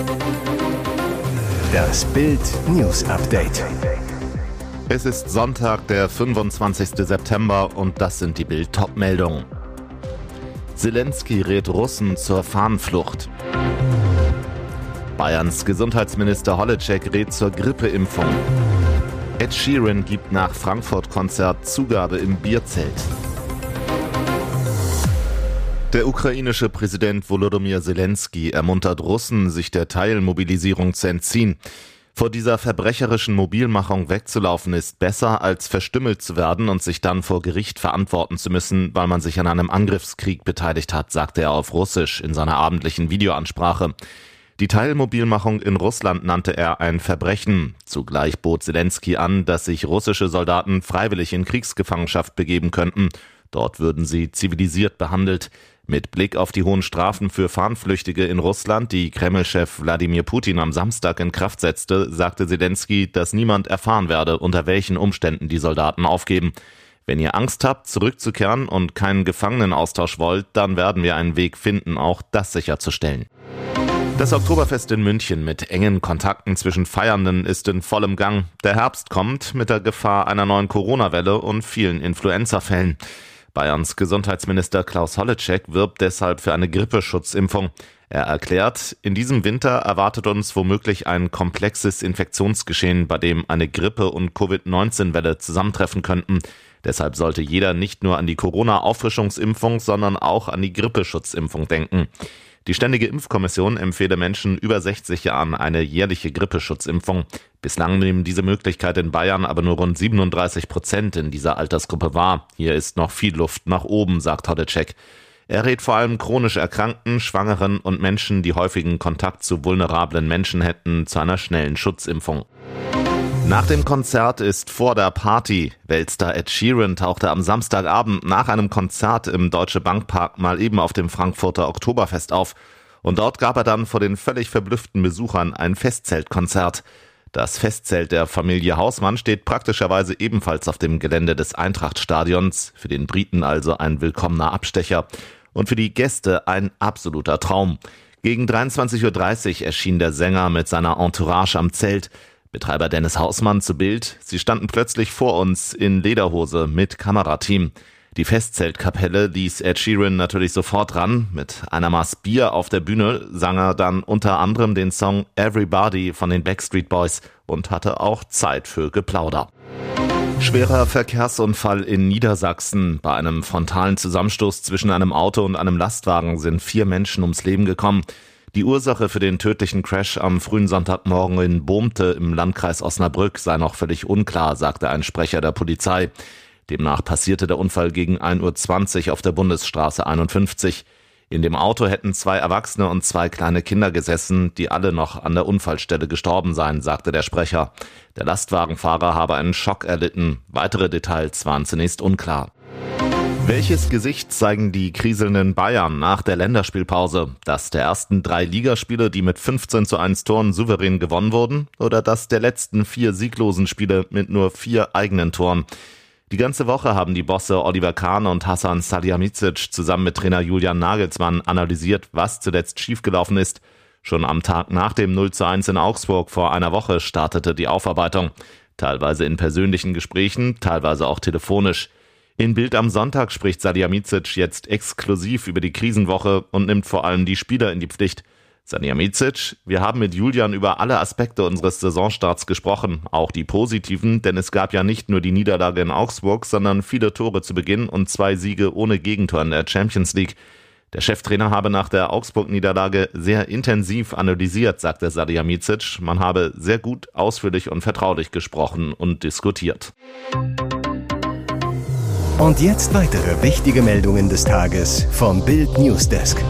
Das Bild News Update. Es ist Sonntag, der 25. September und das sind die Bild-Top-Meldungen. Zelensky rät Russen zur Fahnenflucht. Bayerns Gesundheitsminister Holitschek rät zur Grippeimpfung. Ed Sheeran gibt nach Frankfurt-Konzert Zugabe im Bierzelt. Der ukrainische Präsident Volodymyr Zelensky ermuntert Russen, sich der Teilmobilisierung zu entziehen. Vor dieser verbrecherischen Mobilmachung wegzulaufen ist besser, als verstümmelt zu werden und sich dann vor Gericht verantworten zu müssen, weil man sich an einem Angriffskrieg beteiligt hat, sagte er auf Russisch in seiner abendlichen Videoansprache. Die Teilmobilmachung in Russland nannte er ein Verbrechen. Zugleich bot Zelensky an, dass sich russische Soldaten freiwillig in Kriegsgefangenschaft begeben könnten. Dort würden sie zivilisiert behandelt. Mit Blick auf die hohen Strafen für Fahnenflüchtige in Russland, die Kreml-Chef Wladimir Putin am Samstag in Kraft setzte, sagte Zelensky, dass niemand erfahren werde, unter welchen Umständen die Soldaten aufgeben. Wenn ihr Angst habt, zurückzukehren und keinen Gefangenenaustausch wollt, dann werden wir einen Weg finden, auch das sicherzustellen. Das Oktoberfest in München mit engen Kontakten zwischen Feiernden ist in vollem Gang. Der Herbst kommt mit der Gefahr einer neuen Corona-Welle und vielen Influenza-Fällen. Bayerns Gesundheitsminister Klaus Holitschek wirbt deshalb für eine Grippeschutzimpfung. Er erklärt, in diesem Winter erwartet uns womöglich ein komplexes Infektionsgeschehen, bei dem eine Grippe- und Covid-19-Welle zusammentreffen könnten. Deshalb sollte jeder nicht nur an die Corona-Auffrischungsimpfung, sondern auch an die Grippeschutzimpfung denken. Die Ständige Impfkommission empfehle Menschen über 60 Jahren eine jährliche Grippeschutzimpfung. Bislang nehmen diese Möglichkeit in Bayern aber nur rund 37% in dieser Altersgruppe wahr. Hier ist noch viel Luft nach oben, sagt Holitschek. Er rät vor allem chronisch Erkrankten, Schwangeren und Menschen, die häufigen Kontakt zu vulnerablen Menschen hätten, zu einer schnellen Schutzimpfung. Nach dem Konzert ist vor der Party. Weltstar Ed Sheeran tauchte am Samstagabend nach einem Konzert im Deutsche Bank Park mal eben auf dem Frankfurter Oktoberfest auf. Und dort gab er dann vor den völlig verblüfften Besuchern ein Festzeltkonzert. Das Festzelt der Familie Hausmann steht praktischerweise ebenfalls auf dem Gelände des Eintracht-Stadions. Für den Briten also ein willkommener Abstecher. Und für die Gäste ein absoluter Traum. Gegen 23:30 Uhr erschien der Sänger mit seiner Entourage am Zelt. Betreiber Dennis Hausmann zu Bild: Sie standen plötzlich vor uns in Lederhose mit Kamerateam. Die Festzeltkapelle ließ Ed Sheeran natürlich sofort ran. Mit einer Maß Bier auf der Bühne sang er dann unter anderem den Song Everybody von den Backstreet Boys und hatte auch Zeit für Geplauder. Schwerer Verkehrsunfall in Niedersachsen. Bei einem frontalen Zusammenstoß zwischen einem Auto und einem Lastwagen sind 4 Menschen ums Leben gekommen. Die Ursache für den tödlichen Crash am frühen Sonntagmorgen in Bohmte im Landkreis Osnabrück sei noch völlig unklar, sagte ein Sprecher der Polizei. Demnach passierte der Unfall gegen 1:20 Uhr auf der Bundesstraße 51. In dem Auto hätten 2 Erwachsene und 2 kleine Kinder gesessen, die alle noch an der Unfallstelle gestorben seien, sagte der Sprecher. Der Lastwagenfahrer habe einen Schock erlitten. Weitere Details waren zunächst unklar. Welches Gesicht zeigen die kriselnden Bayern nach der Länderspielpause? Das der ersten 3 Ligaspiele, die mit 15:1 Toren souverän gewonnen wurden? Oder das der letzten 4 sieglosen Spiele mit nur 4 eigenen Toren? Die ganze Woche haben die Bosse Oliver Kahn und Hasan Salihamidzic zusammen mit Trainer Julian Nagelsmann analysiert, was zuletzt schiefgelaufen ist. Schon am Tag nach dem 0:1 in Augsburg vor einer Woche startete die Aufarbeitung. Teilweise in persönlichen Gesprächen, teilweise auch telefonisch. In Bild am Sonntag spricht Salihamidzic jetzt exklusiv über die Krisenwoche und nimmt vor allem die Spieler in die Pflicht. Salihamidzic: Wir haben mit Julian über alle Aspekte unseres Saisonstarts gesprochen, auch die positiven, denn es gab ja nicht nur die Niederlage in Augsburg, sondern viele Tore zu Beginn und 2 Siege ohne Gegentor in der Champions League. Der Cheftrainer habe nach der Augsburg-Niederlage sehr intensiv analysiert, sagte Salihamidzic. Man habe sehr gut, ausführlich und vertraulich gesprochen und diskutiert. Und jetzt weitere wichtige Meldungen des Tages vom Bild Newsdesk.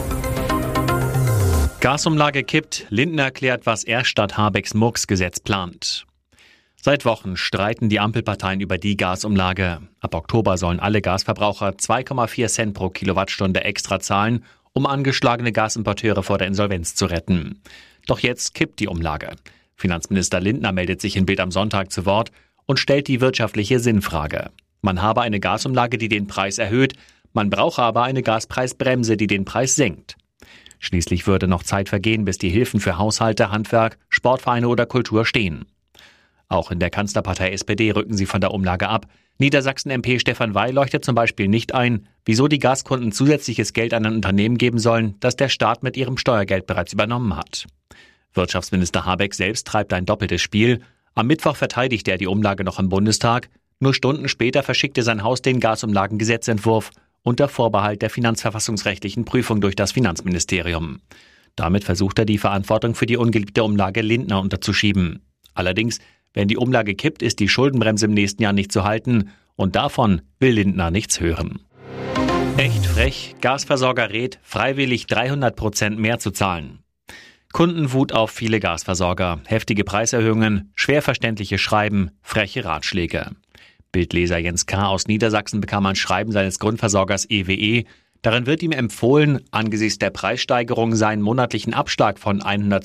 Gasumlage kippt, Lindner erklärt, was er statt Habecks Murks-Gesetz plant. Seit Wochen streiten die Ampelparteien über die Gasumlage. Ab Oktober sollen alle Gasverbraucher 2,4 Cent pro Kilowattstunde extra zahlen, um angeschlagene Gasimporteure vor der Insolvenz zu retten. Doch jetzt kippt die Umlage. Finanzminister Lindner meldet sich in Bild am Sonntag zu Wort und stellt die wirtschaftliche Sinnfrage. Man habe eine Gasumlage, die den Preis erhöht, man brauche aber eine Gaspreisbremse, die den Preis senkt. Schließlich würde noch Zeit vergehen, bis die Hilfen für Haushalte, Handwerk, Sportvereine oder Kultur stehen. Auch in der Kanzlerpartei SPD rücken sie von der Umlage ab. Niedersachsen-MP Stefan Weil leuchtet zum Beispiel nicht ein, wieso die Gaskunden zusätzliches Geld an ein Unternehmen geben sollen, das der Staat mit ihrem Steuergeld bereits übernommen hat. Wirtschaftsminister Habeck selbst treibt ein doppeltes Spiel. Am Mittwoch verteidigte er die Umlage noch im Bundestag. Nur Stunden später verschickte sein Haus den Gasumlagengesetzentwurf unter Vorbehalt der finanzverfassungsrechtlichen Prüfung durch das Finanzministerium. Damit versucht er, die Verantwortung für die ungeliebte Umlage Lindner unterzuschieben. Allerdings, wenn die Umlage kippt, ist die Schuldenbremse im nächsten Jahr nicht zu halten. Und davon will Lindner nichts hören. Echt frech, Gasversorger rät, freiwillig 300% mehr zu zahlen. Kundenwut auf viele Gasversorger, heftige Preiserhöhungen, schwer verständliche Schreiben, freche Ratschläge. Bildleser Jens K. aus Niedersachsen bekam ein Schreiben seines Grundversorgers EWE. Darin wird ihm empfohlen, angesichts der Preissteigerung seinen monatlichen Abschlag von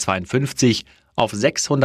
152 auf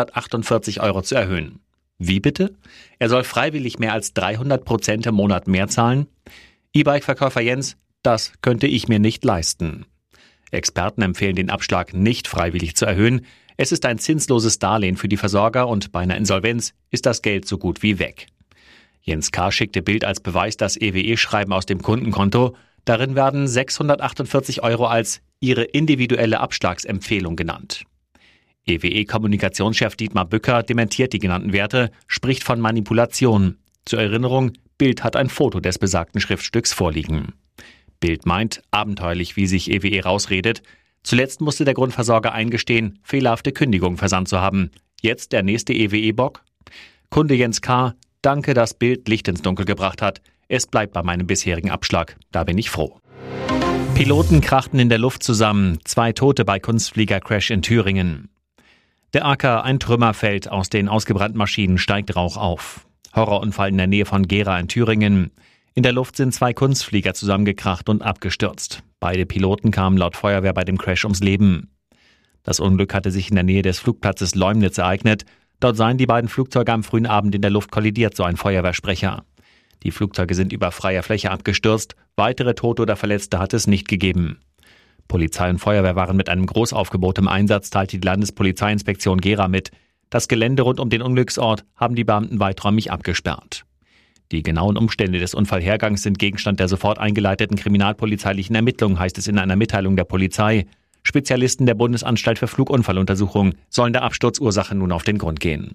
648 € zu erhöhen. Wie bitte? Er soll freiwillig mehr als 300% im Monat mehr zahlen? E-Bike-Verkäufer Jens, das könnte ich mir nicht leisten. Experten empfehlen den Abschlag nicht freiwillig zu erhöhen. Es ist ein zinsloses Darlehen für die Versorger und bei einer Insolvenz ist das Geld so gut wie weg. Jens K. schickte Bild als Beweis das EWE-Schreiben aus dem Kundenkonto. Darin werden 648 € als ihre individuelle Abschlagsempfehlung genannt. EWE-Kommunikationschef Dietmar Bücker dementiert die genannten Werte, spricht von Manipulation. Zur Erinnerung, Bild hat ein Foto des besagten Schriftstücks vorliegen. Bild meint, abenteuerlich, wie sich EWE rausredet. Zuletzt musste der Grundversorger eingestehen, fehlerhafte Kündigungen versandt zu haben. Jetzt der nächste EWE-Bock? Kunde Jens K., danke, dass Bild Licht ins Dunkel gebracht hat. Es bleibt bei meinem bisherigen Abschlag. Da bin ich froh. Piloten krachten in der Luft zusammen. 2 Tote bei Kunstfliegercrash in Thüringen. Der Acker, ein Trümmerfeld, aus den ausgebrannten Maschinen steigt Rauch auf. Horrorunfall in der Nähe von Gera in Thüringen. In der Luft sind 2 Kunstflieger zusammengekracht und abgestürzt. Beide Piloten kamen laut Feuerwehr bei dem Crash ums Leben. Das Unglück hatte sich in der Nähe des Flugplatzes Leumnitz ereignet. Dort seien die beiden Flugzeuge am frühen Abend in der Luft kollidiert, so ein Feuerwehrsprecher. Die Flugzeuge sind über freier Fläche abgestürzt. Weitere Tote oder Verletzte hat es nicht gegeben. Polizei und Feuerwehr waren mit einem Großaufgebot im Einsatz, teilte die Landespolizeiinspektion Gera mit. Das Gelände rund um den Unglücksort haben die Beamten weiträumig abgesperrt. Die genauen Umstände des Unfallhergangs sind Gegenstand der sofort eingeleiteten kriminalpolizeilichen Ermittlungen, heißt es in einer Mitteilung der Polizei. Spezialisten der Bundesanstalt für Flugunfalluntersuchung sollen der Absturzursache nun auf den Grund gehen.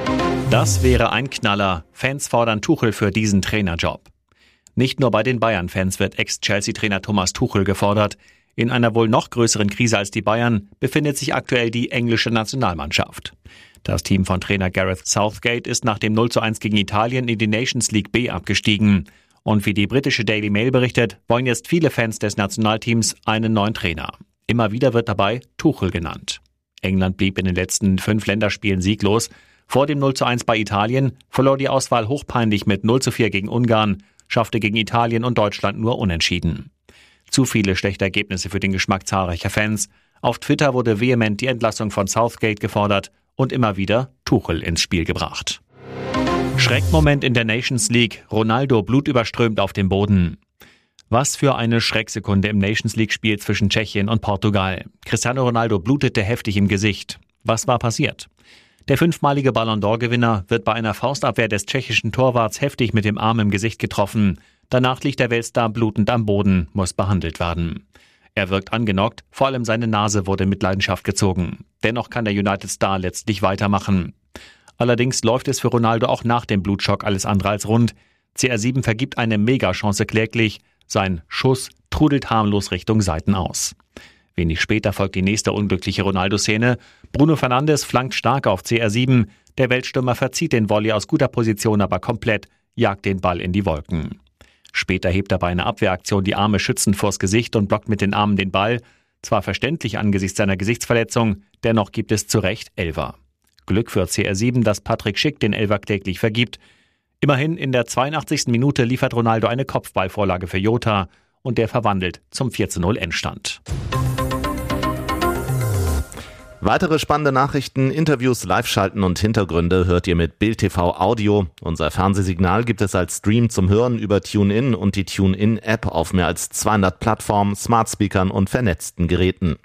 Das wäre ein Knaller. Fans fordern Tuchel für diesen Trainerjob. Nicht nur bei den Bayern-Fans wird Ex-Chelsea-Trainer Thomas Tuchel gefordert. In einer wohl noch größeren Krise als die Bayern befindet sich aktuell die englische Nationalmannschaft. Das Team von Trainer Gareth Southgate ist nach dem 0:1 gegen Italien in die Nations League B abgestiegen. Und wie die britische Daily Mail berichtet, wollen jetzt viele Fans des Nationalteams einen neuen Trainer. Immer wieder wird dabei Tuchel genannt. England blieb in den letzten 5 Länderspielen sieglos. Vor dem 0:1 bei Italien verlor die Auswahl hochpeinlich mit 0:4 gegen Ungarn, schaffte gegen Italien und Deutschland nur Unentschieden. Zu viele schlechte Ergebnisse für den Geschmack zahlreicher Fans. Auf Twitter wurde vehement die Entlassung von Southgate gefordert und immer wieder Tuchel ins Spiel gebracht. Schreckmoment in der Nations League. Ronaldo blutüberströmt auf dem Boden. Was für eine Schrecksekunde im Nations League-Spiel zwischen Tschechien und Portugal. Cristiano Ronaldo blutete heftig im Gesicht. Was war passiert? Der 5-malige Ballon d'Or-Gewinner wird bei einer Faustabwehr des tschechischen Torwarts heftig mit dem Arm im Gesicht getroffen. Danach liegt der Weltstar blutend am Boden, muss behandelt werden. Er wirkt angenockt, vor allem seine Nase wurde in Mitleidenschaft gezogen. Dennoch kann der United-Star letztlich weitermachen. Allerdings läuft es für Ronaldo auch nach dem Blutschock alles andere als rund. CR7 vergibt eine Megachance kläglich. Sein Schuss trudelt harmlos Richtung Seiten aus. Wenig später folgt die nächste unglückliche Ronaldo-Szene. Bruno Fernandes flankt stark auf CR7. Der Weltstürmer verzieht den Volley aus guter Position aber komplett, jagt den Ball in die Wolken. Später hebt er bei einer Abwehraktion die Arme schützend vors Gesicht und blockt mit den Armen den Ball. Zwar verständlich angesichts seiner Gesichtsverletzung, dennoch gibt es zu Recht Elfer. Glück für CR7, dass Patrick Schick den Elfer kläglich vergibt. Immerhin in der 82. Minute liefert Ronaldo eine Kopfballvorlage für Jota und der verwandelt zum 4:0 Endstand. Weitere spannende Nachrichten, Interviews, Live-Schalten und Hintergründe hört ihr mit Bild TV Audio. Unser Fernsehsignal gibt es als Stream zum Hören über TuneIn und die TuneIn-App auf mehr als 200 Plattformen, Smartspeakern und vernetzten Geräten.